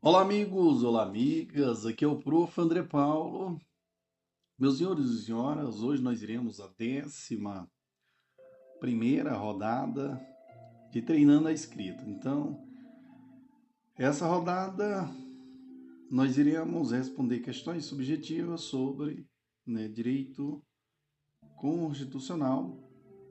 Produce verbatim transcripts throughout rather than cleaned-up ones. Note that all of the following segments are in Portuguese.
Olá, amigos, olá, amigas. Aqui é o Prof. André Paulo. Meus senhores e senhoras, hoje nós iremos à décima primeira rodada de Treinando a Escrita. Então, essa rodada nós iremos responder questões subjetivas sobre, né, direito constitucional,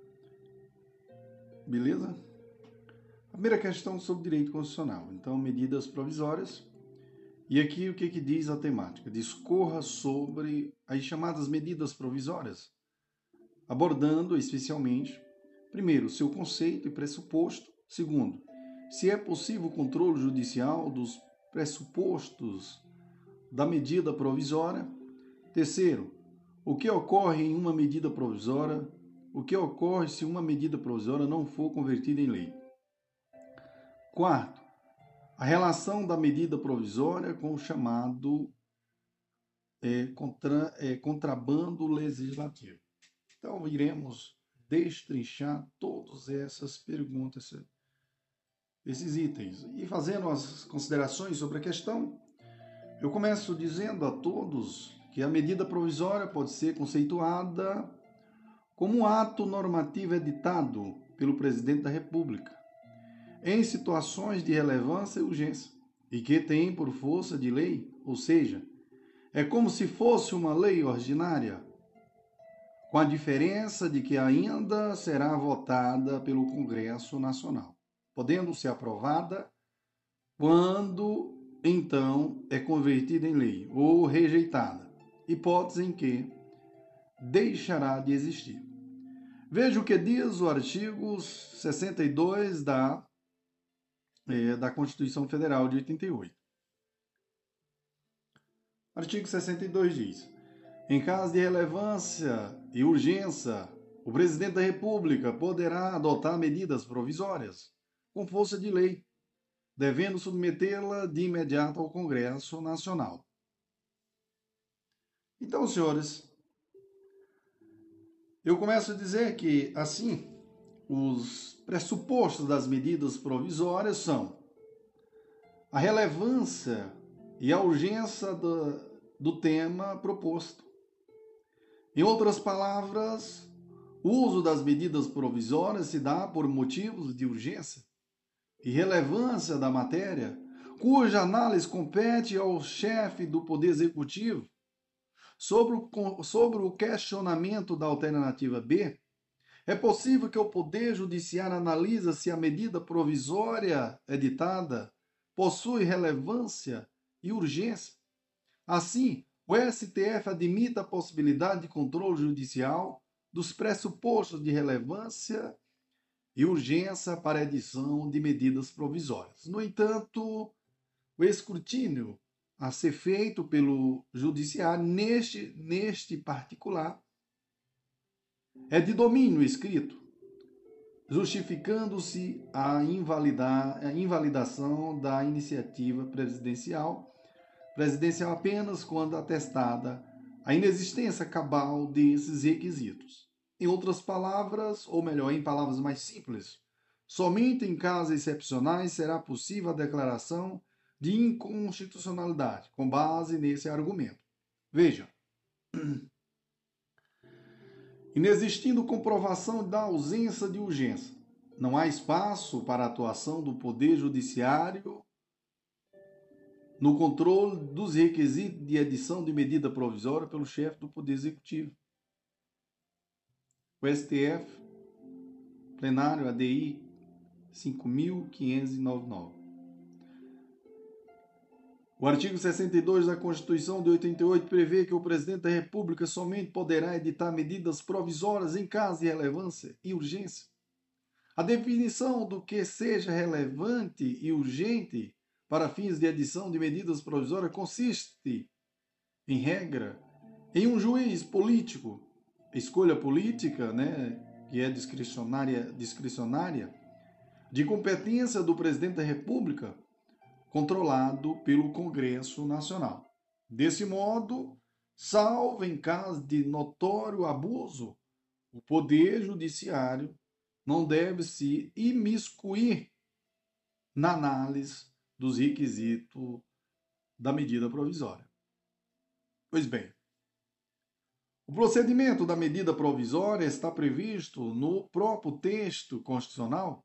beleza? A primeira questão sobre direito constitucional. Então, medidas provisórias. E aqui o que, que diz a temática? Discorra sobre as chamadas medidas provisórias, abordando especialmente, primeiro, seu conceito e pressuposto; segundo, se é possível o controle judicial dos pressupostos da medida provisória; terceiro, o que ocorre em uma medida provisória, o que ocorre se uma medida provisória não for convertida em lei; quarto, a relação da medida provisória com o chamado é, contra, é, contrabando legislativo. Então, iremos destrinchar todas essas perguntas, esses itens. E fazendo as considerações sobre a questão, eu começo dizendo a todos que a medida provisória pode ser conceituada como um ato normativo editado pelo Presidente da República em situações de relevância e urgência, e que tem por força de lei, ou seja, é como se fosse uma lei ordinária, com a diferença de que ainda será votada pelo Congresso Nacional, podendo ser aprovada quando então é convertida em lei ou rejeitada, hipótese em que deixará de existir. Veja o que diz o artigo sessenta e dois da é, da Constituição Federal de oitenta e oito. Artigo sessenta e dois diz: em caso de relevância e urgência, o Presidente da República poderá adotar medidas provisórias, com força de lei, devendo submetê-la de imediato ao Congresso Nacional. Então, senhores, eu começo a dizer que, assim, os pressupostos das medidas provisórias são a relevância e a urgência do, do tema proposto. Em outras palavras, o uso das medidas provisórias se dá por motivos de urgência e relevância da matéria, cuja análise compete ao chefe do Poder Executivo. Sobre o, sobre o questionamento da alternativa B, é possível que o Poder Judiciário analise se a medida provisória editada possui relevância e urgência. Assim, o S T F admite a possibilidade de controle judicial dos pressupostos de relevância e urgência para a edição de medidas provisórias. No entanto, o escrutínio a ser feito pelo Judiciário neste, neste particular é de domínio escrito, justificando-se a, invalidar, a invalidação da iniciativa presidencial, presidencial apenas quando atestada a inexistência cabal desses requisitos. Em outras palavras, ou melhor, em palavras mais simples, somente em casos excepcionais será possível a declaração de inconstitucionalidade, com base nesse argumento. Veja, inexistindo comprovação da ausência de urgência, não há espaço para a atuação do Poder Judiciário no controle dos requisitos de edição de medida provisória pelo chefe do Poder Executivo. O S T F, plenário A D I cinco mil quinhentos e noventa e nove. O artigo sessenta e dois da Constituição de oitenta e oito prevê que o Presidente da República somente poderá editar medidas provisórias em caso de relevância e urgência. A definição do que seja relevante e urgente para fins de edição de medidas provisórias consiste, em regra, em um juiz político, escolha política, né, que é discricionária, discricionária, de competência do Presidente da República, controlado pelo Congresso Nacional. Desse modo, salvo em caso de notório abuso, o Poder Judiciário não deve se imiscuir na análise dos requisitos da medida provisória. Pois bem, o procedimento da medida provisória está previsto no próprio texto constitucional.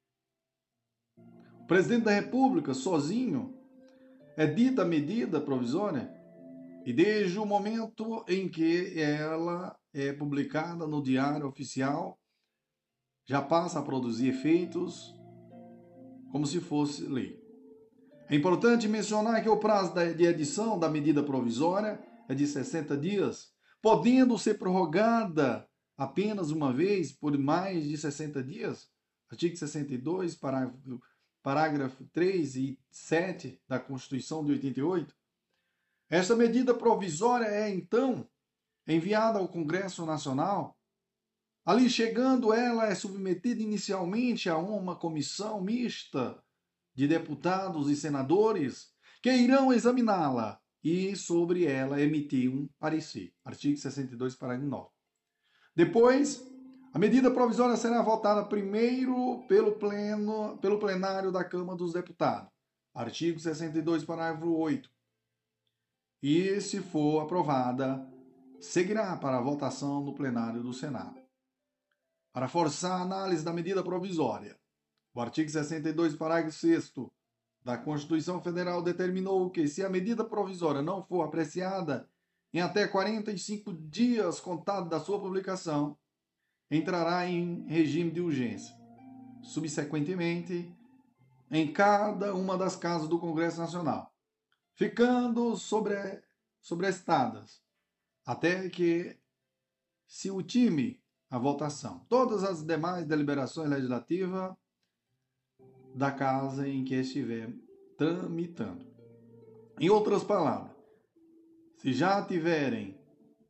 O presidente da República, sozinho, edita a medida provisória e desde o momento em que ela é publicada no Diário Oficial, já passa a produzir efeitos como se fosse lei. É importante mencionar que o prazo de edição da medida provisória é de sessenta dias, podendo ser prorrogada apenas uma vez por mais de sessenta dias. Artigo sessenta e dois, parágrafo, parágrafo três e sete da Constituição de oitenta e oito. Esta medida provisória é, então, enviada ao Congresso Nacional. Ali chegando, ela é submetida inicialmente a uma comissão mista de deputados e senadores que irão examiná-la e sobre ela emitir um parecer. Artigo sessenta e dois, parágrafo nove. Depois, a medida provisória será votada primeiro pelo, pleno, pelo plenário da Câmara dos Deputados. Artigo sessenta e dois, parágrafo oito. E, se for aprovada, seguirá para a votação no plenário do Senado. Para forçar a análise da medida provisória, o artigo sessenta e dois, parágrafo sexto da Constituição Federal determinou que, se a medida provisória não for apreciada em até quarenta e cinco dias contados da sua publicação, entrará em regime de urgência. Subsequentemente, em cada uma das casas do Congresso Nacional, ficando sobre, sobrestadas até que se ultime a votação. Todas as demais deliberações legislativas da casa em que estiver tramitando. Em outras palavras, se já tiverem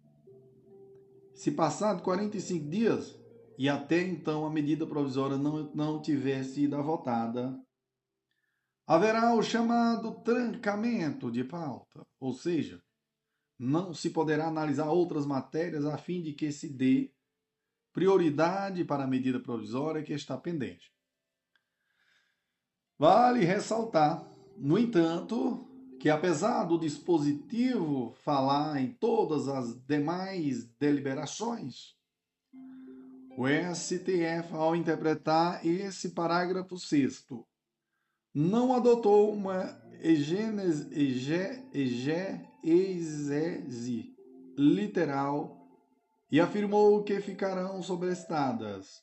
se passado quarenta e cinco dias e até então a medida provisória não, não tiver sido votada, haverá o chamado trancamento de pauta, ou seja, não se poderá analisar outras matérias a fim de que se dê prioridade para a medida provisória que está pendente. Vale ressaltar, no entanto, que apesar do dispositivo falar em todas as demais deliberações, o S T F, ao interpretar esse parágrafo sexto, não adotou uma exegese literal e afirmou que ficarão sobrestadas,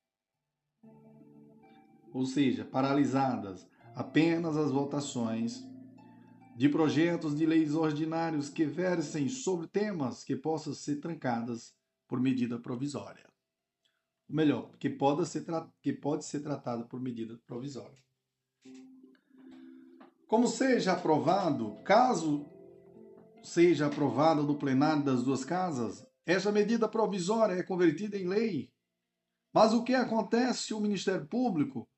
ou seja, paralisadas, apenas as votações de projetos de leis ordinários que versem sobre temas que possam ser trancadas por medida provisória. Ou melhor, que pode ser, que pode ser tratado por medida provisória. Como seja aprovado, caso seja aprovado no plenário das duas casas, esta medida provisória é convertida em lei. Mas o que acontece se o Ministério Público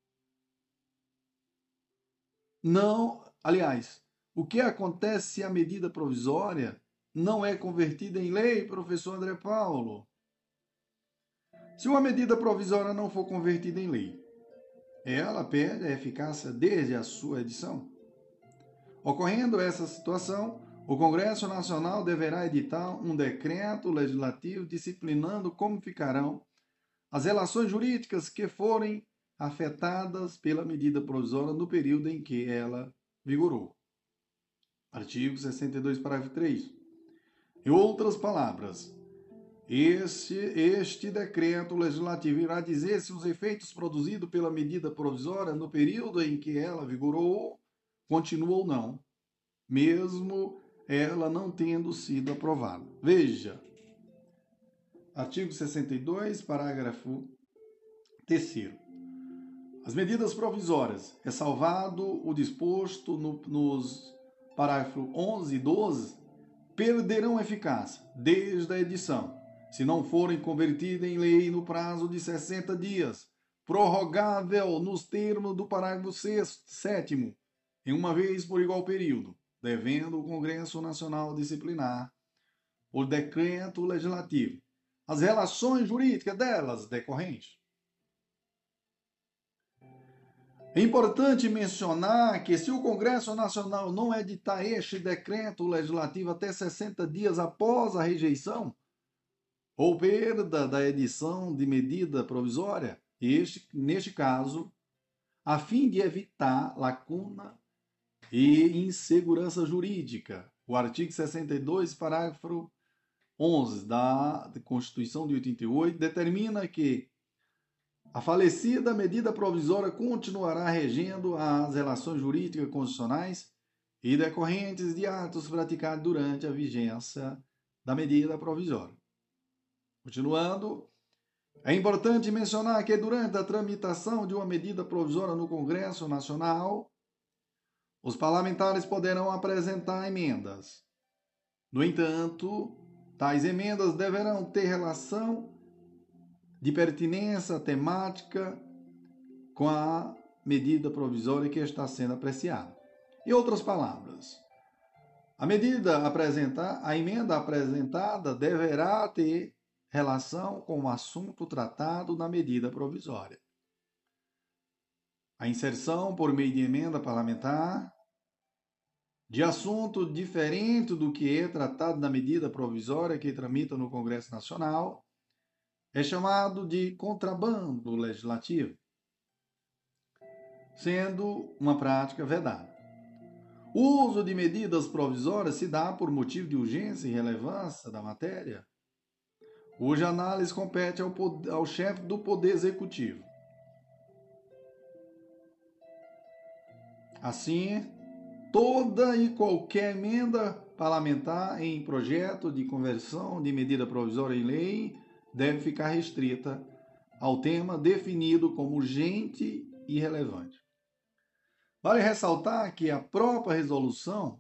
não... Aliás, o que acontece se a medida provisória não é convertida em lei, professor André Paulo? Se uma medida provisória não for convertida em lei, ela perde a eficácia desde a sua edição. Ocorrendo essa situação, o Congresso Nacional deverá editar um decreto legislativo disciplinando como ficarão as relações jurídicas que forem afetadas pela medida provisória no período em que ela vigorou. Artigo sessenta e dois, parágrafo três. Em outras palavras, este, este decreto legislativo irá dizer se os efeitos produzidos pela medida provisória no período em que ela vigorou continuam ou não, mesmo ela não tendo sido aprovada. Veja, artigo sessenta e dois, parágrafo terceiro. As medidas provisórias, ressalvado o disposto no, nos parágrafos onze e doze, perderão eficácia desde a edição, se não forem convertidas em lei no prazo de sessenta dias, prorrogável nos termos do parágrafo sétimo, em uma vez por igual período, devendo o Congresso Nacional disciplinar o decreto legislativo, as relações jurídicas delas decorrentes. É importante mencionar que se o Congresso Nacional não editar este decreto legislativo até sessenta dias após a rejeição ou perda da edição de medida provisória, este, neste caso, a fim de evitar lacuna e insegurança jurídica, o artigo sessenta e dois, parágrafo onze da Constituição de oitenta e oito determina que a falecida medida provisória continuará regendo as relações jurídicas constitucionais e decorrentes de atos praticados durante a vigência da medida provisória. Continuando, é importante mencionar que durante a tramitação de uma medida provisória no Congresso Nacional, os parlamentares poderão apresentar emendas. No entanto, tais emendas deverão ter relação de pertinência temática com a medida provisória que está sendo apreciada. Em outras palavras, a medida apresentada, a emenda apresentada deverá ter relação com o assunto tratado na medida provisória. A inserção por meio de emenda parlamentar de assunto diferente do que é tratado na medida provisória que tramita no Congresso Nacional é chamado de contrabando legislativo, sendo uma prática vedada. O uso de medidas provisórias se dá por motivo de urgência e relevância da matéria, cuja análise compete ao, ao chefe do Poder Executivo. Assim, toda e qualquer emenda parlamentar em projeto de conversão de medida provisória em lei deve ficar restrita ao tema definido como urgente e relevante. Vale ressaltar que a própria resolução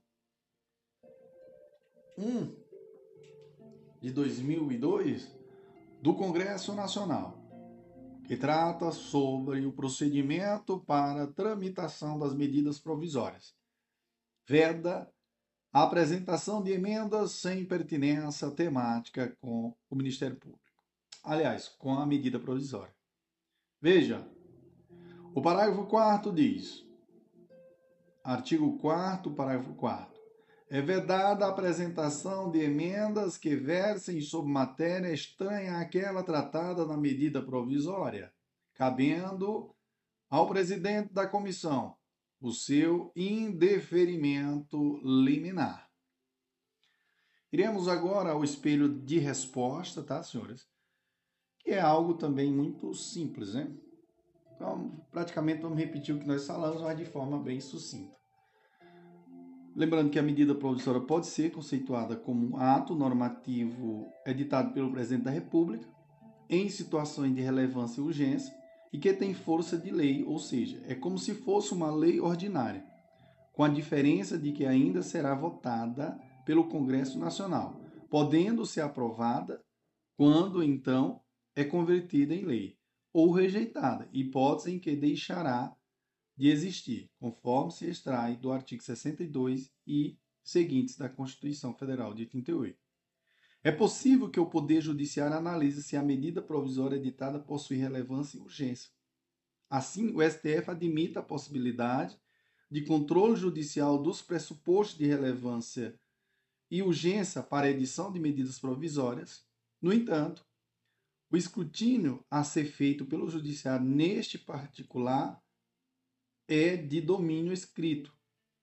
um de dois mil e dois do Congresso Nacional, que trata sobre o procedimento para a tramitação das medidas provisórias, veda a apresentação de emendas sem pertinência temática com o Ministério Público. Aliás, com a medida provisória. Veja, o parágrafo quarto diz, artigo quarto, parágrafo quarto, é vedada a apresentação de emendas que versem sobre matéria estranha àquela tratada na medida provisória, cabendo ao presidente da comissão o seu indeferimento liminar. Iremos agora ao espelho de resposta, tá, senhores? Que é algo também muito simples, né? Então, praticamente vamos repetir o que nós falamos, mas de forma bem sucinta. Lembrando que a medida provisória pode ser conceituada como um ato normativo editado pelo Presidente da República em situações de relevância e urgência e que tem força de lei, ou seja, é como se fosse uma lei ordinária, com a diferença de que ainda será votada pelo Congresso Nacional, podendo ser aprovada quando, então, é convertida em lei, ou rejeitada, hipótese em que deixará de existir, conforme se extrai do artigo sessenta e dois e seguintes da Constituição Federal de oitenta e oito. É possível que o Poder Judiciário analise se a medida provisória editada possui relevância e urgência. Assim, o S T F admite a possibilidade de controle judicial dos pressupostos de relevância e urgência para a edição de medidas provisórias. No entanto, o escrutínio a ser feito pelo Judiciário neste particular é de domínio escrito,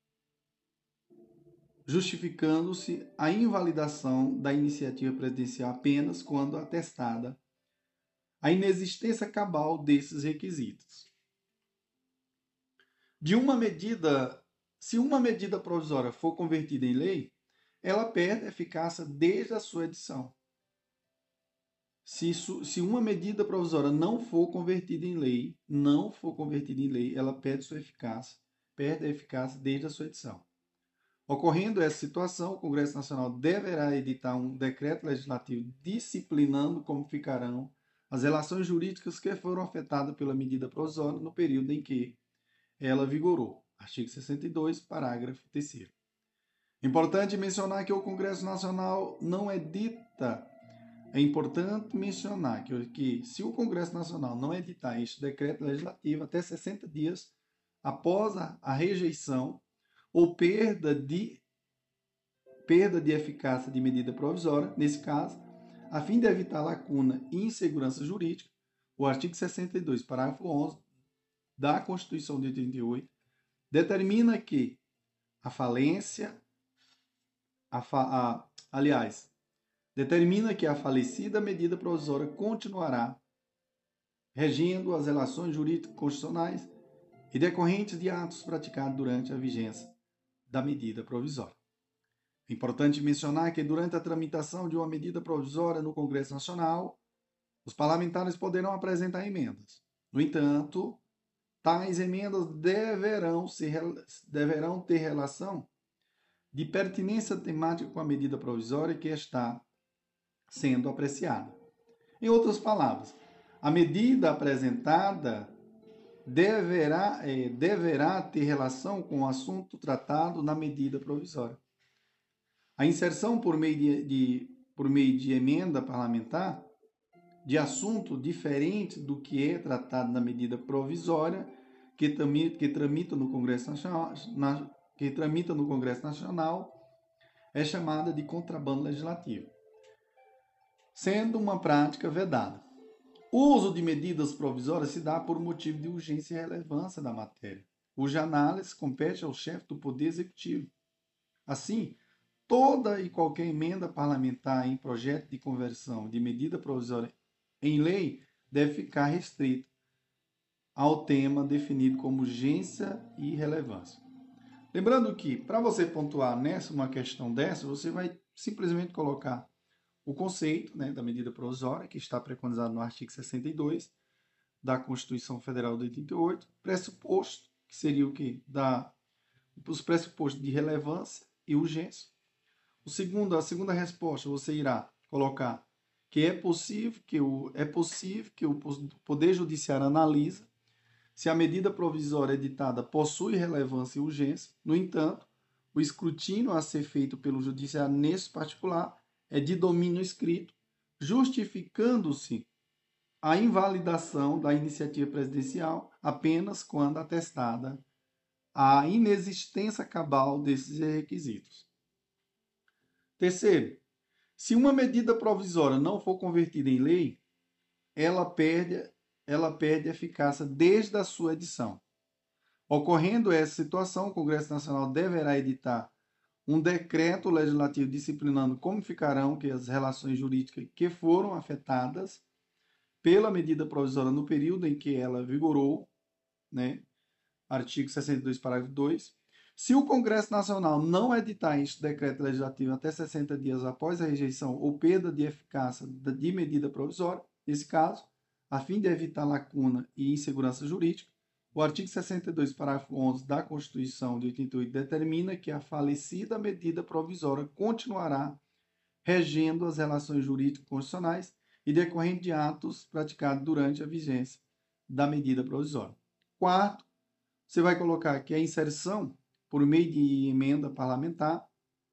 justificando-se a invalidação da iniciativa presidencial apenas quando atestada a inexistência cabal desses requisitos. De uma medida, se uma medida provisória for convertida em lei, ela perde eficácia desde a sua edição. Se, isso, se uma medida provisória não for convertida em lei, não for convertida em lei, ela perde sua eficácia, perde a eficácia desde a sua edição. Ocorrendo essa situação, o Congresso Nacional deverá editar um decreto legislativo disciplinando como ficarão as relações jurídicas que foram afetadas pela medida provisória no período em que ela vigorou. Artigo sessenta e dois, parágrafo terceiro. Importante mencionar que o Congresso Nacional não edita É importante mencionar que, que se o Congresso Nacional não editar este decreto legislativo até sessenta dias após a, a rejeição ou perda de perda de eficácia de medida provisória, nesse caso, a fim de evitar lacuna e insegurança jurídica, o artigo sessenta e dois, parágrafo onze da Constituição de oitenta e oito determina que a falência, a, fa, a, aliás, determina que a falecida medida provisória continuará regendo as relações jurídicas constitucionais e decorrentes de atos praticados durante a vigência da medida provisória. É importante mencionar que durante a tramitação de uma medida provisória no Congresso Nacional, os parlamentares poderão apresentar emendas. No entanto, tais emendas deverão, ser, deverão ter relação de pertinência temática com a medida provisória que está sendo apreciada. Em outras palavras, a medida apresentada deverá, é, deverá ter relação com o assunto tratado na medida provisória. A inserção por meio de, de, por meio de emenda parlamentar de assunto diferente do que é tratado na medida provisória que, tramita, que tramita no Congresso Nacional, na, que tramita no Congresso Nacional é chamada de contrabando legislativo, sendo uma prática vedada. O uso de medidas provisórias se dá por motivo de urgência e relevância da matéria, cuja análise compete ao chefe do Poder Executivo. Assim, toda e qualquer emenda parlamentar em projeto de conversão de medida provisória em lei deve ficar restrita ao tema definido como urgência e relevância. Lembrando que, para você pontuar nessa uma questão dessa, você vai simplesmente colocar o conceito, né, da medida provisória, que está preconizado no artigo sessenta e dois da Constituição Federal de oitenta e oito, pressuposto, que seria o quê? Da, os pressupostos de relevância e urgência. O segundo, a segunda resposta, você irá colocar que é possível que o, é possível que o Poder Judiciário analise se a medida provisória editada possui relevância e urgência. No entanto, o escrutínio a ser feito pelo Judiciário nesse particular é de domínio escrito, justificando-se a invalidação da iniciativa presidencial apenas quando atestada a inexistência cabal desses requisitos. Terceiro, se uma medida provisória não for convertida em lei, ela perde, ela perde eficácia desde a sua edição. Ocorrendo essa situação, o Congresso Nacional deverá editar um decreto legislativo disciplinando como ficarão que as relações jurídicas que foram afetadas pela medida provisória no período em que ela vigorou, né? Artigo sessenta e dois, parágrafo dois. Se o Congresso Nacional não editar este decreto legislativo até sessenta dias após a rejeição ou perda de eficácia de medida provisória, nesse caso, a fim de evitar lacuna e insegurança jurídica, o artigo sessenta e dois, parágrafo onze da Constituição de oitenta e oito determina que a falecida medida provisória continuará regendo as relações jurídicas constitucionais e decorrente de atos praticados durante a vigência da medida provisória. Quarto, você vai colocar que a inserção, por meio de emenda parlamentar,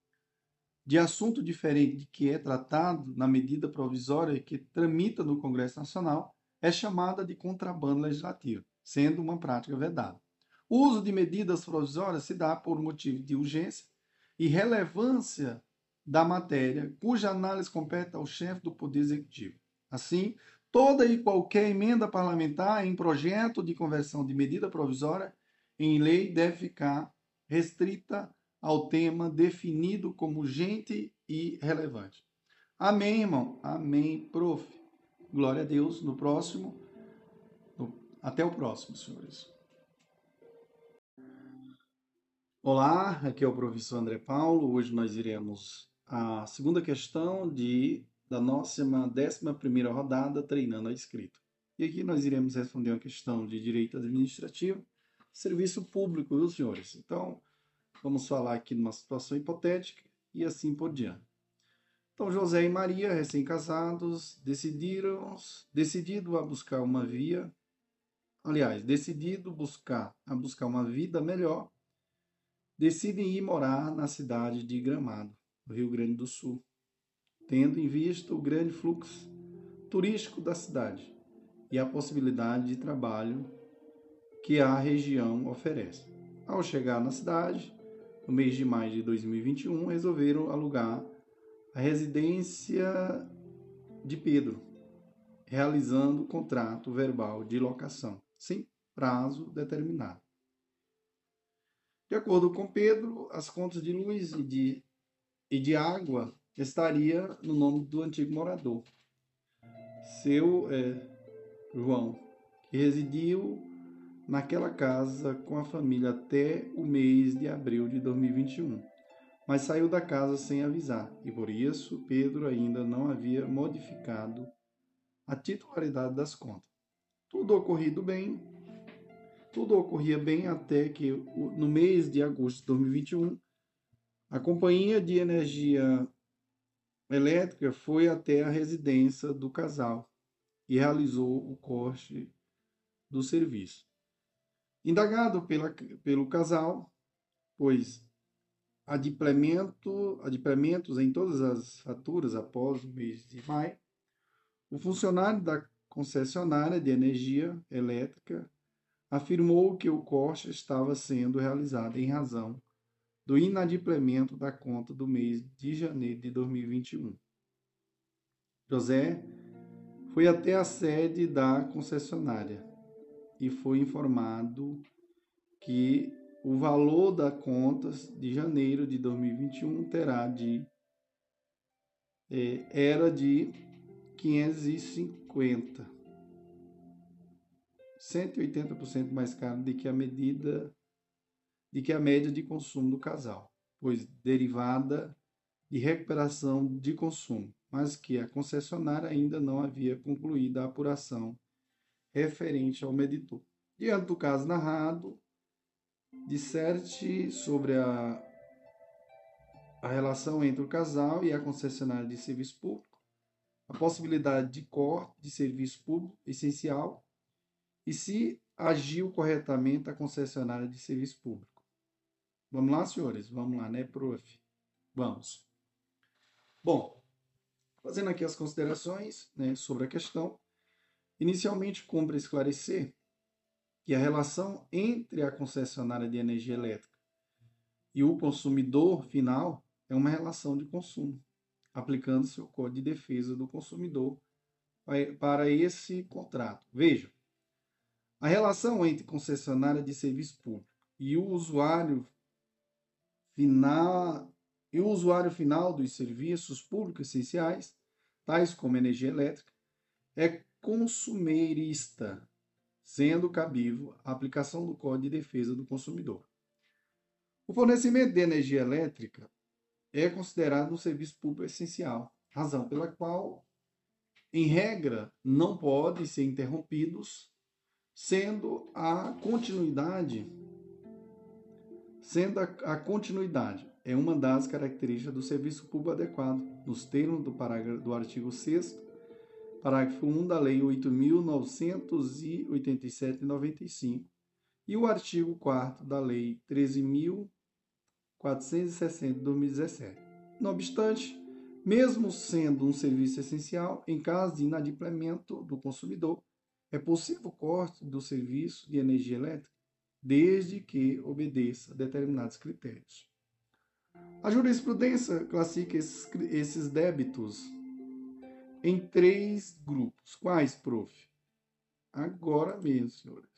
de assunto diferente de que é tratado na medida provisória que tramita no Congresso Nacional, é chamada de contrabando legislativo, sendo uma prática vedada. O uso de medidas provisórias se dá por motivo de urgência e relevância da matéria, cuja análise compete ao chefe do Poder Executivo. Assim, toda e qualquer emenda parlamentar em projeto de conversão de medida provisória em lei deve ficar restrita ao tema definido como urgente e relevante. Amém, irmão? Amém, prof. Glória a Deus. No próximo, no, até o próximo, senhores. Olá, aqui é o professor André Paulo. Hoje nós iremos a segunda questão de, da nossa décima primeira rodada, treinando a escrita. E aqui nós iremos responder uma questão de direito administrativo, serviço público, viu, senhores? Então, vamos falar aqui de uma situação hipotética e assim por diante. Então, José e Maria, recém-casados, decidiram, decidido a buscar uma via, aliás, decidido buscar, a buscar uma vida melhor, decidem ir morar na cidade de Gramado, no Rio Grande do Sul, tendo em vista o grande fluxo turístico da cidade e a possibilidade de trabalho que a região oferece. Ao chegar na cidade, no mês de maio de dois mil e vinte e um, resolveram alugar a residência de Pedro, realizando o contrato verbal de locação, sem prazo determinado. De acordo com Pedro, as contas de luz e de, e de água estaria no nome do antigo morador, seu é, João, que residiu naquela casa com a família até o mês de abril de dois mil e vinte e um, mas saiu da casa sem avisar, e por isso Pedro ainda não havia modificado a titularidade das contas. Tudo ocorrido bem, tudo ocorria bem até que, no mês de agosto de dois mil e vinte e um, a Companhia de Energia Elétrica foi até a residência do casal e realizou o corte do serviço. Indagado pela, pelo casal, pois adimplemento, adimplementos em todas as faturas após o mês de maio, o funcionário da concessionária de energia elétrica afirmou que o corte estava sendo realizado em razão do inadimplemento da conta do mês de janeiro de dois mil e vinte e um. José foi até a sede da concessionária e foi informado que o valor da conta de janeiro de dois mil e vinte e um terá de é, era de quinhentos e cinquenta, cento e oitenta por cento mais caro do que a medida de que a média de consumo do casal, pois derivada de recuperação de consumo, mas que a concessionária ainda não havia concluído a apuração referente ao medidor. Diante do caso narrado, disserte sobre a, a relação entre o casal e a concessionária de serviço público, a possibilidade de corte de serviço público essencial e se agiu corretamente a concessionária de serviço público. Vamos lá, senhores? Vamos lá, né, prof? Vamos. Bom, fazendo aqui as considerações, né, sobre a questão, inicialmente cumpre esclarecer que a relação entre a concessionária de energia elétrica e o consumidor final é uma relação de consumo, aplicando-se o Código de Defesa do Consumidor para esse contrato. Veja, a relação entre concessionária de serviço público e o usuário final e o usuário final dos serviços públicos essenciais, tais como energia elétrica, é consumerista, sendo cabível a aplicação do Código de Defesa do Consumidor. O fornecimento de energia elétrica é considerado um serviço público essencial, razão pela qual, em regra, não podem ser interrompidos, sendo a continuidade, sendo a, a continuidade é uma das características do serviço público adequado, nos termos do, parágrafo, do artigo sexto, parágrafo primeiro da Lei oito mil novecentos e oitenta e sete de noventa e cinco e o artigo quarto da Lei treze mil quatrocentos e sessenta de dois mil e dezessete. Não obstante, mesmo sendo um serviço essencial, em caso de inadimplemento do consumidor, é possível o corte do serviço de energia elétrica, desde que obedeça a determinados critérios. A jurisprudência classifica esses, esses débitos em três grupos. Quais, prof? Agora mesmo, senhores.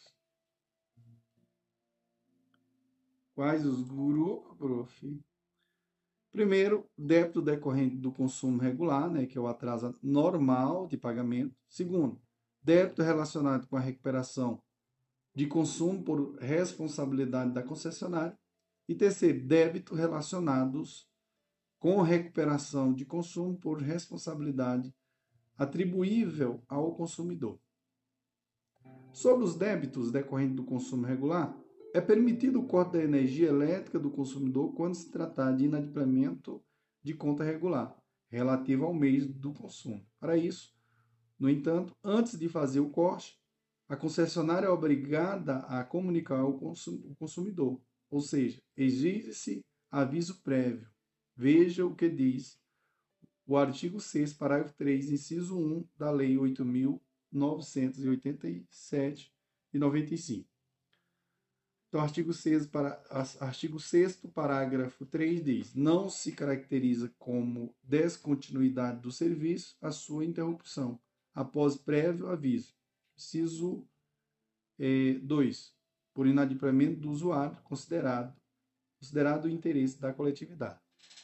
Quais os grupos, prof? Primeiro, débito decorrente do consumo regular, né, que é o atraso normal de pagamento. Segundo, débito relacionado com a recuperação de consumo por responsabilidade da concessionária. E terceiro, débito relacionados com recuperação de consumo por responsabilidade atribuível ao consumidor. Sobre os débitos decorrentes do consumo regular, é permitido o corte da energia elétrica do consumidor quando se tratar de inadimplemento de conta regular, relativa ao mês do consumo. Para isso, no entanto, antes de fazer o corte, a concessionária é obrigada a comunicar ao consumidor, ou seja, exige-se aviso prévio. Veja o que diz o artigo sexto, parágrafo três, inciso um da Lei oito mil novecentos e oitenta e sete de noventa e cinco. Então, artigo sexto, para, artigo sexto, parágrafo três diz: não se caracteriza como descontinuidade do serviço a sua interrupção, após prévio aviso. Inciso dois. Por inadimplemento do usuário, considerado, considerado o interesse da coletividade.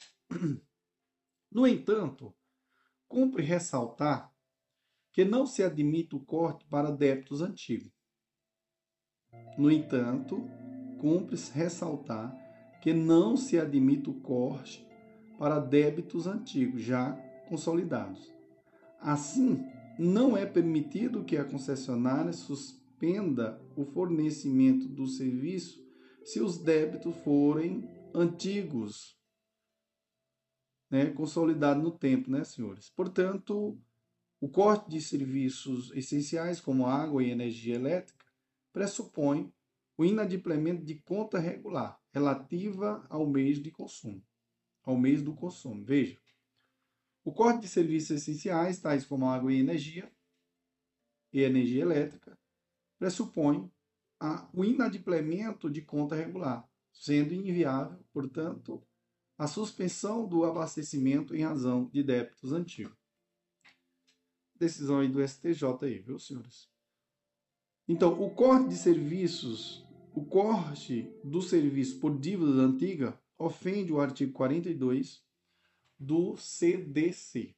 No entanto, cumpre ressaltar que não se admite o corte para débitos antigos. No entanto, cumpre ressaltar que não se admite o corte para débitos antigos, já consolidados. Assim, não é permitido que a concessionária suspenda o fornecimento do serviço se os débitos forem antigos, né, consolidados no tempo, né, senhores? Portanto, o corte de serviços essenciais, como água e energia elétrica, pressupõe o inadimplemento de conta regular relativa ao mês de consumo, ao mês do consumo. Veja, o corte de serviços essenciais, tais como água e energia, e energia elétrica, pressupõe a, o inadimplemento de conta regular, sendo inviável, portanto, a suspensão do abastecimento em razão de débitos antigos. Decisão aí do S T J aí, viu, senhores? Então, o corte de serviços, o corte do serviço por dívida antiga ofende o artigo quarenta e dois do C D C.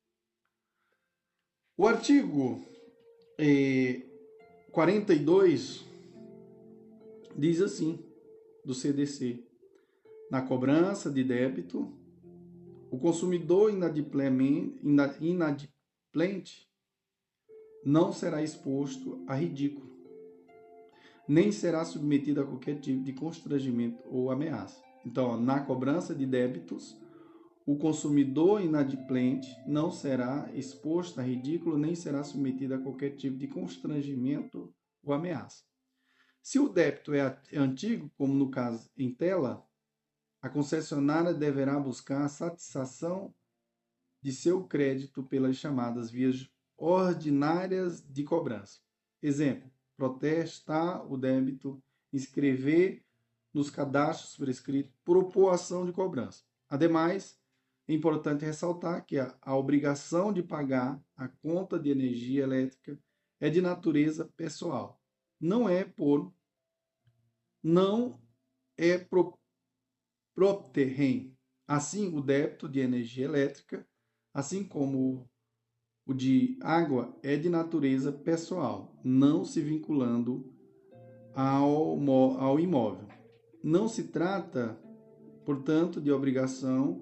O artigo eh, quarenta e dois diz assim, do C D C: na cobrança de débito, o consumidor inadimplente, inadimplente não será exposto a ridículo, nem será submetido a qualquer tipo de constrangimento ou ameaça. Então, na cobrança de débitos, o consumidor inadimplente não será exposto a ridículo, nem será submetido a qualquer tipo de constrangimento ou ameaça. Se o débito é antigo, como no caso em tela, a concessionária deverá buscar a satisfação de seu crédito pelas chamadas vias ordinárias de cobrança. Exemplo: protestar o débito, inscrever nos cadastros prescritos, propor ação de cobrança. Ademais, é importante ressaltar que a, a obrigação de pagar a conta de energia elétrica é de natureza pessoal. Não é por não é pro, propter rem. Assim, o débito de energia elétrica, assim como o de água, é de natureza pessoal, não se vinculando ao, ao imóvel. Não se trata, portanto, de obrigação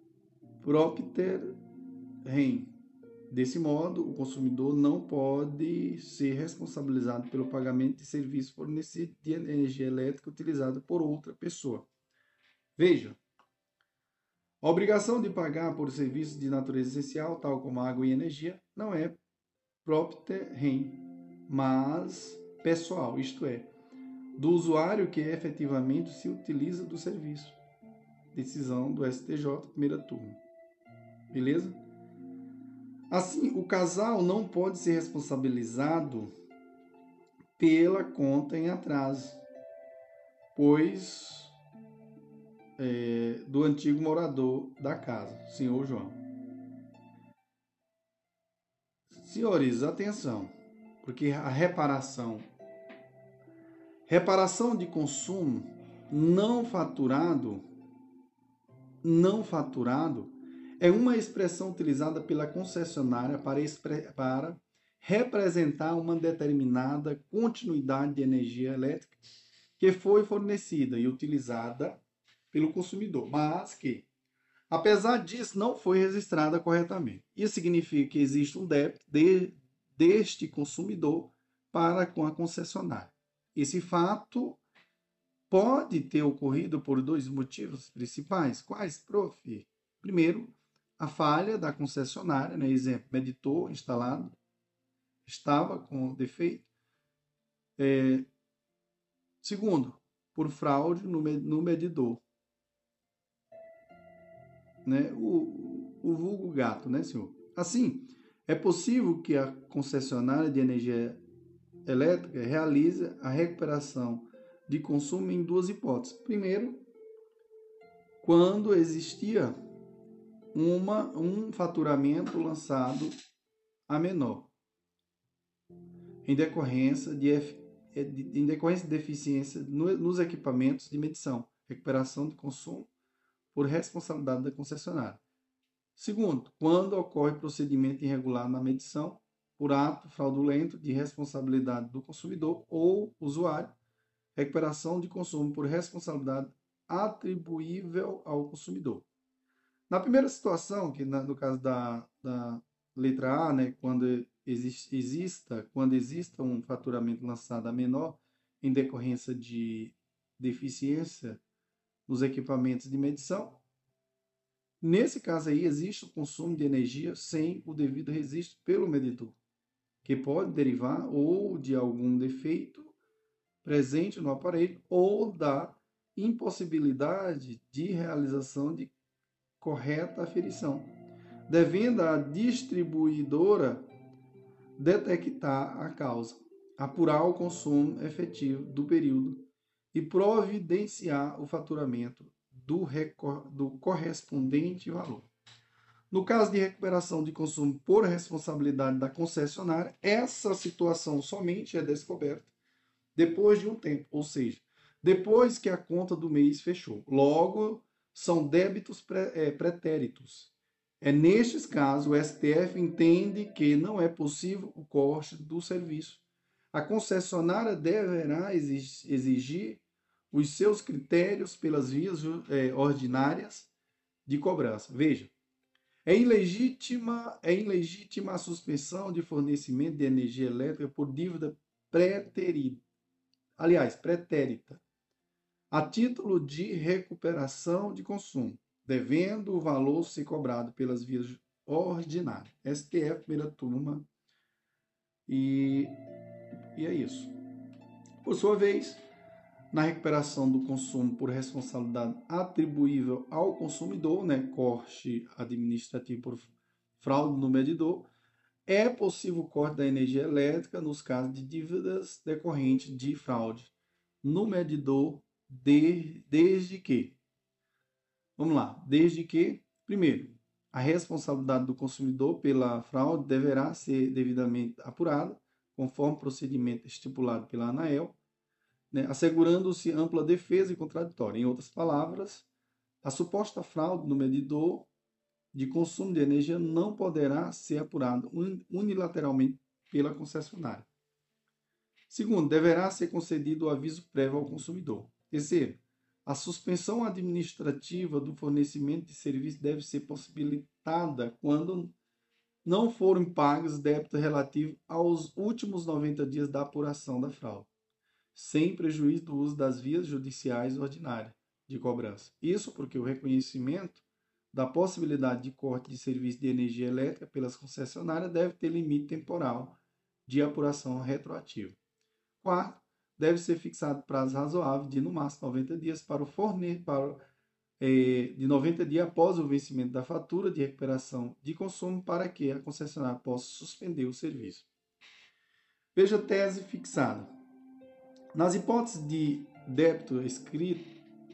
propter rem. Desse modo, o consumidor não pode ser responsabilizado pelo pagamento de serviço fornecido de energia elétrica utilizada por outra pessoa. Veja, a obrigação de pagar por serviços de natureza essencial, tal como água e energia, não é propter rem, mas pessoal, isto é, do usuário que efetivamente se utiliza do serviço. Decisão do S T J, primeira turma. Beleza? Assim, o casal não pode ser responsabilizado pela conta em atraso, pois é, do antigo morador da casa, senhor João. Senhores, atenção, porque a reparação, reparação de consumo não faturado, não faturado, é uma expressão utilizada pela concessionária para, para representar uma determinada continuidade de energia elétrica que foi fornecida e utilizada pelo consumidor, mas que, apesar disso, não foi registrada corretamente. Isso significa que existe um débito de, deste consumidor para com a concessionária. Esse fato pode ter ocorrido por dois motivos principais. Quais, prof? Primeiro, a falha da concessionária, né? Exemplo, medidor instalado estava com defeito. É, segundo, por fraude no, no medidor. Né? O, o vulgo gato, né, senhor? Assim, é possível que a concessionária de energia elétrica realize a recuperação de consumo em duas hipóteses. Primeiro, quando existia uma, um faturamento lançado a menor, em decorrência de, em decorrência de deficiência nos equipamentos de medição, recuperação de consumo por responsabilidade da concessionária. Segundo, quando ocorre procedimento irregular na medição por ato fraudulento de responsabilidade do consumidor ou usuário, recuperação de consumo por responsabilidade atribuível ao consumidor. Na primeira situação, que no caso da, da letra A, né, quando existe, exista, quando exista um faturamento lançado a menor em decorrência de deficiência nos equipamentos de medição, nesse caso aí existe o consumo de energia sem o devido registro pelo medidor, que pode derivar ou de algum defeito presente no aparelho ou da impossibilidade de realização de correta aferição, devendo a distribuidora detectar a causa, apurar o consumo efetivo do período e providenciar o faturamento do, do correspondente valor. No caso de recuperação de consumo por responsabilidade da concessionária, essa situação somente é descoberta depois de um tempo, ou seja, depois que a conta do mês fechou. Logo, são débitos pré, é, pretéritos. É nestes casos, o S T F entende que não é possível o corte do serviço. A concessionária deverá exigir os seus critérios pelas vias é, ordinárias de cobrança. Veja, é ilegítima, é ilegítima a suspensão de fornecimento de energia elétrica por dívida pretérita. Aliás, pretérita, a título de recuperação de consumo, devendo o valor ser cobrado pelas vias ordinárias. S T F, primeira turma. E, e é isso. Por sua vez, na recuperação do consumo por responsabilidade atribuível ao consumidor, né, corte administrativo por fraude no medidor, é possível o corte da energia elétrica nos casos de dívidas decorrentes de fraude no medidor, de, desde que, vamos lá, desde que, primeiro, a responsabilidade do consumidor pela fraude deverá ser devidamente apurada, conforme procedimento estipulado pela ANAEL, né, assegurando-se ampla defesa e contraditória. Em outras palavras, a suposta fraude no medidor de consumo de energia não poderá ser apurada unilateralmente pela concessionária. Segundo, deverá ser concedido o aviso prévio ao consumidor. Terceiro, a suspensão administrativa do fornecimento de serviço deve ser possibilitada quando não forem pagos débitos relativos aos últimos noventa dias da apuração da fraude, sem prejuízo do uso das vias judiciais ordinárias de cobrança. Isso porque o reconhecimento da possibilidade de corte de serviço de energia elétrica pelas concessionárias deve ter limite temporal de apuração retroativa. Quarto, deve ser fixado prazo razoável de no máximo noventa dias para o fornecer para eh, de noventa dias após o vencimento da fatura de recuperação de consumo para que a concessionária possa suspender o serviço. Veja a tese fixada. Nas hipóteses de débito escrito,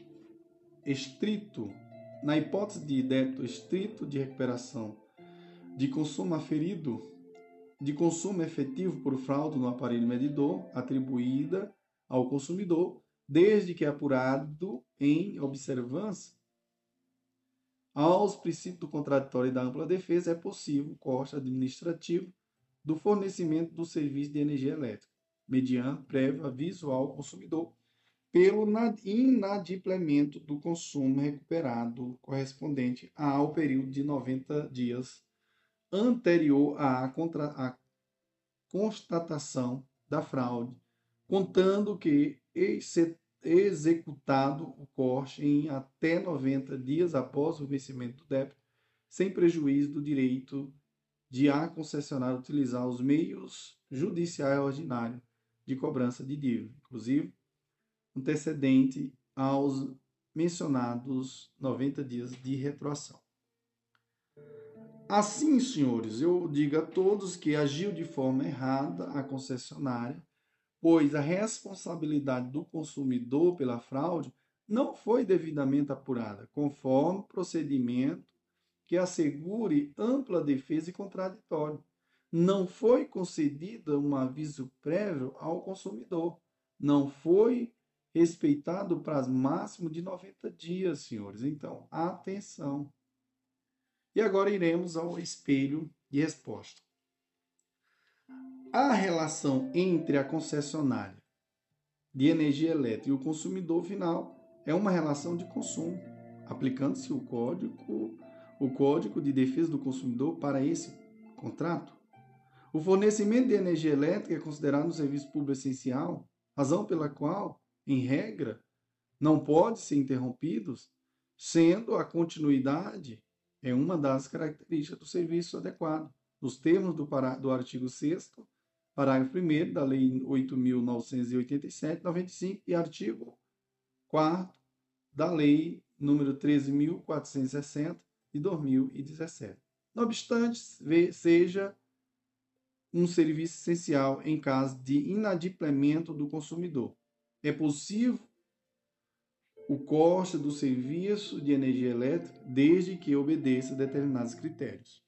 estrito, na hipótese de débito estrito de recuperação de consumo aferido, de consumo efetivo por fraude no aparelho medidor, atribuída ao consumidor, desde que apurado em observância aos princípios do contraditório e da ampla defesa, é possível o corte administrativo do fornecimento do serviço de energia elétrica, mediante prévio aviso ao consumidor, pelo inadimplemento do consumo recuperado correspondente ao período de noventa dias anterior à, contra, à constatação da fraude, contando que executado o corte em até noventa dias após o vencimento do débito, sem prejuízo do direito de a concessionária utilizar os meios judiciais ordinários de cobrança de dívida, inclusive antecedente aos mencionados noventa dias de retroação. Assim, senhores, eu digo a todos que agiu de forma errada a concessionária pois a responsabilidade do consumidor pela fraude não foi devidamente apurada, conforme procedimento que assegure ampla defesa e contraditório. Não foi concedido um aviso prévio ao consumidor. Não foi respeitado o prazo máximo de noventa dias, senhores. Então, atenção. E agora iremos ao espelho de resposta. A relação entre a concessionária de energia elétrica e o consumidor final é uma relação de consumo, aplicando-se o código, o Código de Defesa do Consumidor para esse contrato. O fornecimento de energia elétrica é considerado um serviço público essencial, razão pela qual, em regra, não pode ser interrompido, sendo a continuidade é uma das características do serviço adequado, nos termos do, pará, do artigo sexto, parágrafo primeiro da Lei oito mil novecentos e oitenta e sete, noventa e cinco e artigo quarto da Lei número treze mil quatrocentos e sessenta de dois mil e dezessete. Não obstante, seja um serviço essencial em caso de inadimplemento do consumidor. É possível o corte do serviço de energia elétrica desde que obedeça a determinados critérios.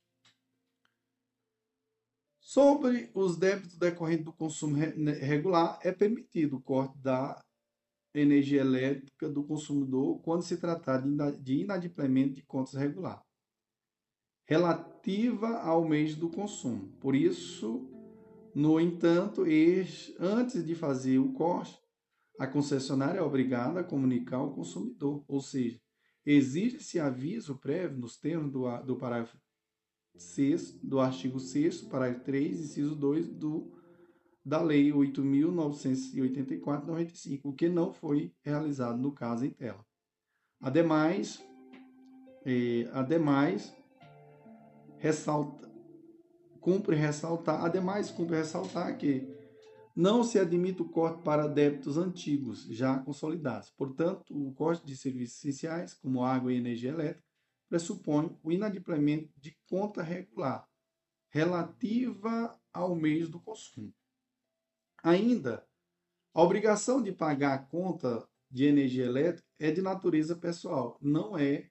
Sobre os débitos decorrentes do consumo regular, é permitido o corte da energia elétrica do consumidor quando se tratar de inadimplemento de contas regular, relativa ao mês do consumo. Por isso, no entanto, antes de fazer o corte, a concessionária é obrigada a comunicar ao consumidor, ou seja, exige-se aviso prévio nos termos do, do parágrafo sexto, do artigo sexto, parágrafo três, inciso dois do, da Lei oito mil novecentos e oitenta e quatro, noventa e cinco, o que não foi realizado no caso em tela. Ademais, eh, ademais ressalta, cumpre ressaltar, ademais cumpre ressaltar que não se admite o corte para débitos antigos, já consolidados. Portanto, o corte de serviços essenciais, como água e energia elétrica, pressupõe o inadimplemento de conta regular, relativa ao mês do consumo. Ainda, a obrigação de pagar a conta de energia elétrica é de natureza pessoal, não é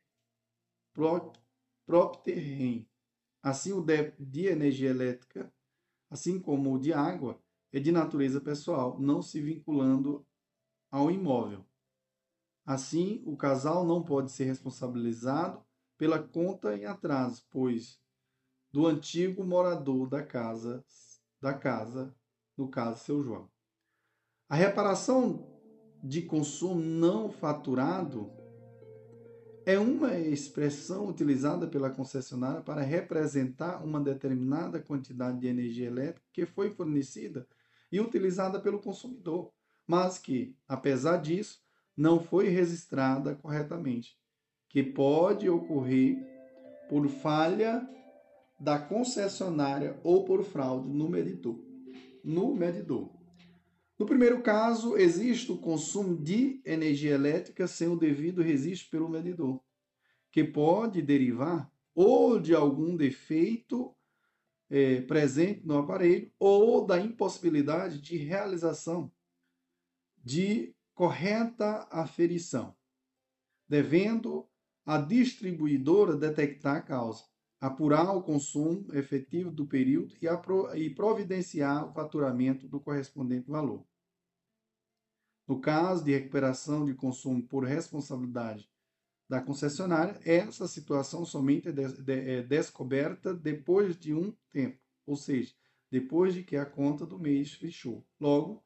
propter rem. Assim, o débito de energia elétrica, assim como o de água, é de natureza pessoal, não se vinculando ao imóvel. Assim, o casal não pode ser responsabilizado pela conta em atraso, pois do antigo morador da casa, da casa, no caso, seu João. A reparação de consumo não faturado é uma expressão utilizada pela concessionária para representar uma determinada quantidade de energia elétrica que foi fornecida e utilizada pelo consumidor, mas que, apesar disso, não foi registrada corretamente, que pode ocorrer por falha da concessionária ou por fraude no medidor. No medidor. No primeiro caso, existe o consumo de energia elétrica sem o devido registro pelo medidor, que pode derivar ou de algum defeito é, presente no aparelho ou da impossibilidade de realização de correta aferição, devendo a distribuidora detectar a causa, apurar o consumo efetivo do período e, apro- e providenciar o faturamento do correspondente valor. No caso de recuperação de consumo por responsabilidade da concessionária, essa situação somente é, de, de, é descoberta depois de um tempo, ou seja, depois de que a conta do mês fechou. Logo,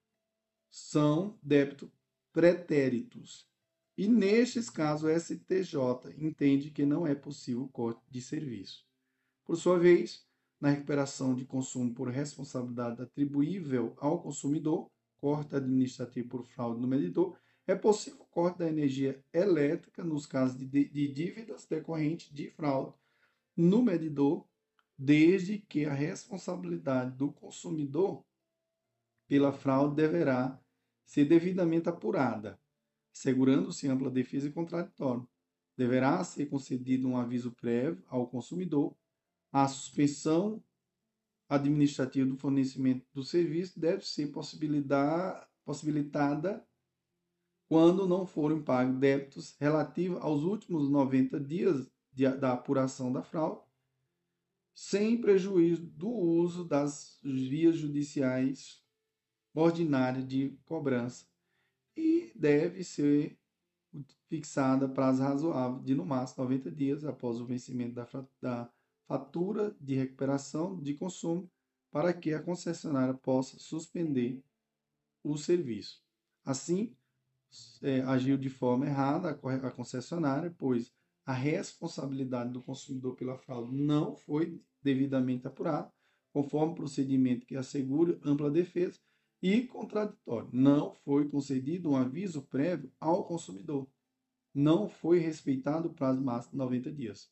são débitos pretéritos. E nestes casos, o S T J entende que não é possível o corte de serviço. Por sua vez, na recuperação de consumo por responsabilidade atribuível ao consumidor, corte administrativo por fraude no medidor, é possível o corte da energia elétrica nos casos de, de dívidas decorrentes de fraude no medidor, desde que a responsabilidade do consumidor pela fraude deverá ser devidamente apurada, assegurando-se ampla defesa e contraditório. Deverá ser concedido um aviso prévio ao consumidor, a suspensão administrativa do fornecimento do serviço deve ser possibilitada quando não forem pagos débitos relativos aos últimos noventa dias de, da apuração da fraude, sem prejuízo do uso das vias judiciais ordinárias de cobrança, e deve ser fixada prazo razoável de no máximo noventa dias após o vencimento da, da fatura de recuperação de consumo, para que a concessionária possa suspender o serviço. Assim, é, agiu de forma errada a concessionária, pois a responsabilidade do consumidor pela fraude não foi devidamente apurada, conforme procedimento que assegura ampla defesa, e contraditório. Não foi concedido um aviso prévio ao consumidor. Não foi respeitado o prazo máximo de noventa dias.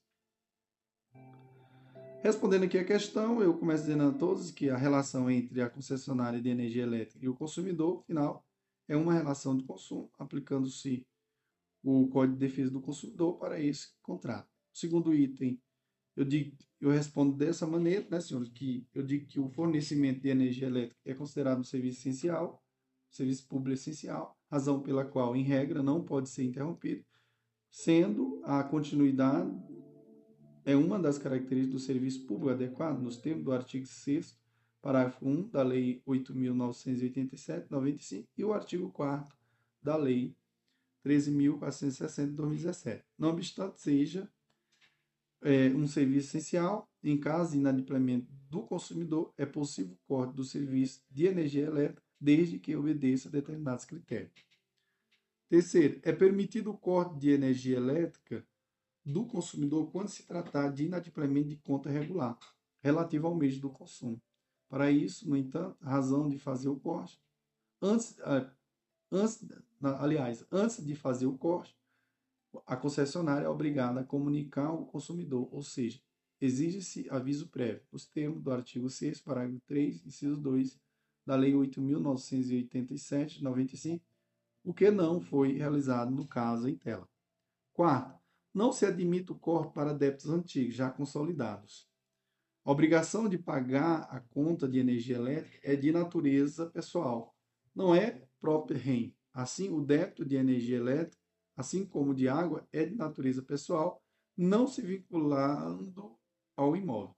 Respondendo aqui a questão, eu começo dizendo a todos que a relação entre a concessionária de energia elétrica e o consumidor final é uma relação de consumo, aplicando-se o Código de Defesa do Consumidor para esse contrato. O segundo item, eu, digo, eu respondo dessa maneira, né, senhores, que eu digo que o fornecimento de energia elétrica é considerado um serviço essencial, serviço público essencial, razão pela qual, em regra, não pode ser interrompido, sendo a continuidade é uma das características do serviço público adequado, nos termos do artigo sexto, parágrafo primeiro da Lei oito mil novecentos e oitenta e sete, noventa e cinco, e o artigo quarto da Lei treze mil quatrocentos e sessenta, de dois mil e dezessete. Não obstante seja é, um serviço essencial, em caso de inadimplemento do consumidor, é possível o corte do serviço de energia elétrica, desde que obedeça a determinados critérios. Terceiro, é permitido o corte de energia elétrica do consumidor quando se tratar de inadimplemento de conta regular, relativa ao mês do consumo. Para isso, no entanto, a razão de fazer o corte, antes, antes, aliás, antes de fazer o corte, a concessionária é obrigada a comunicar ao consumidor, ou seja, exige-se aviso prévio, os termos do artigo sexto, parágrafo três, inciso dois, da Lei oito mil novecentos e oitenta e sete, noventa e cinco, o que não foi realizado no caso em tela. Quarto, não se admite o corte para débitos antigos, já consolidados. A obrigação de pagar a conta de energia elétrica é de natureza pessoal, não é própria R E M. Assim, o débito de energia elétrica, assim como o de água, é de natureza pessoal, não se vinculando ao imóvel.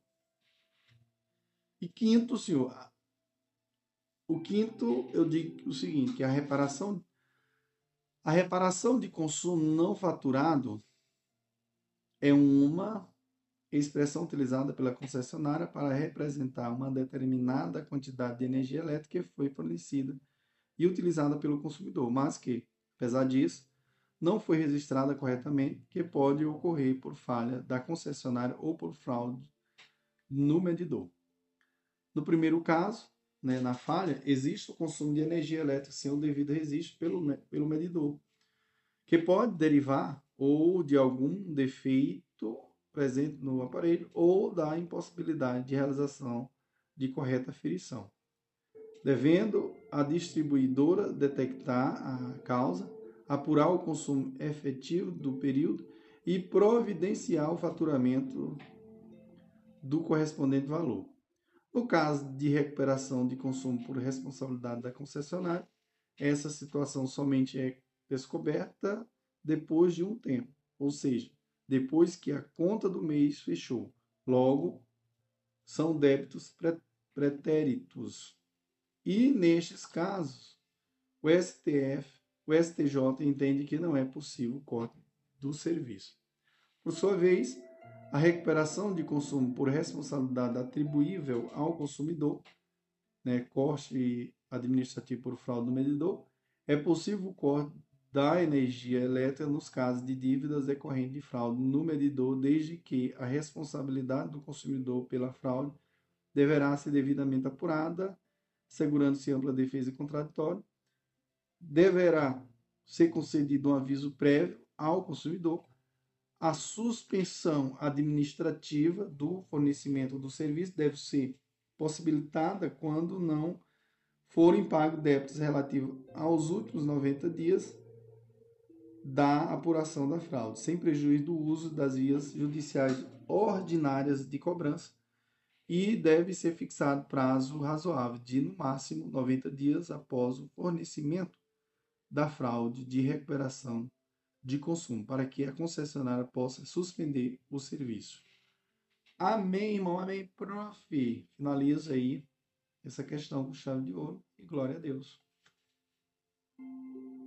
E quinto, senhor, o quinto, eu digo o seguinte, que a reparação, a reparação de consumo não faturado é uma expressão utilizada pela concessionária para representar uma determinada quantidade de energia elétrica que foi fornecida e utilizada pelo consumidor, mas que, apesar disso, não foi registrada corretamente, que pode ocorrer por falha da concessionária ou por fraude no medidor. No primeiro caso, né, na falha, existe o consumo de energia elétrica sem o devido registro pelo, pelo medidor, que pode derivar ou de algum defeito presente no aparelho ou da impossibilidade de realização de correta aferição, devendo a distribuidora detectar a causa, apurar o consumo efetivo do período e providenciar o faturamento do correspondente valor. No caso de recuperação de consumo por responsabilidade da concessionária, essa situação somente é descoberta depois de um tempo, ou seja, depois que a conta do mês fechou. Logo, são débitos pretéritos. E, nestes casos, o S T F, o S T J entende que não é possível o corte do serviço. Por sua vez, a recuperação de consumo por responsabilidade atribuível ao consumidor, né, corte administrativo por fraude no medidor, é possível o corte da energia elétrica nos casos de dívidas decorrentes de fraude no medidor, desde que a responsabilidade do consumidor pela fraude deverá ser devidamente apurada, assegurando-se ampla defesa e contraditório. Deverá ser concedido um aviso prévio ao consumidor. A suspensão administrativa do fornecimento do serviço deve ser possibilitada quando não forem pagos débitos relativos aos últimos noventa dias da apuração da fraude, sem prejuízo do uso das vias judiciais ordinárias de cobrança, e deve ser fixado prazo razoável de, no máximo, noventa dias após o fornecimento da fraude de recuperação de consumo, para que a concessionária possa suspender o serviço. Amém, irmão? Amém, prof. Finaliza aí essa questão com chave de ouro e glória a Deus.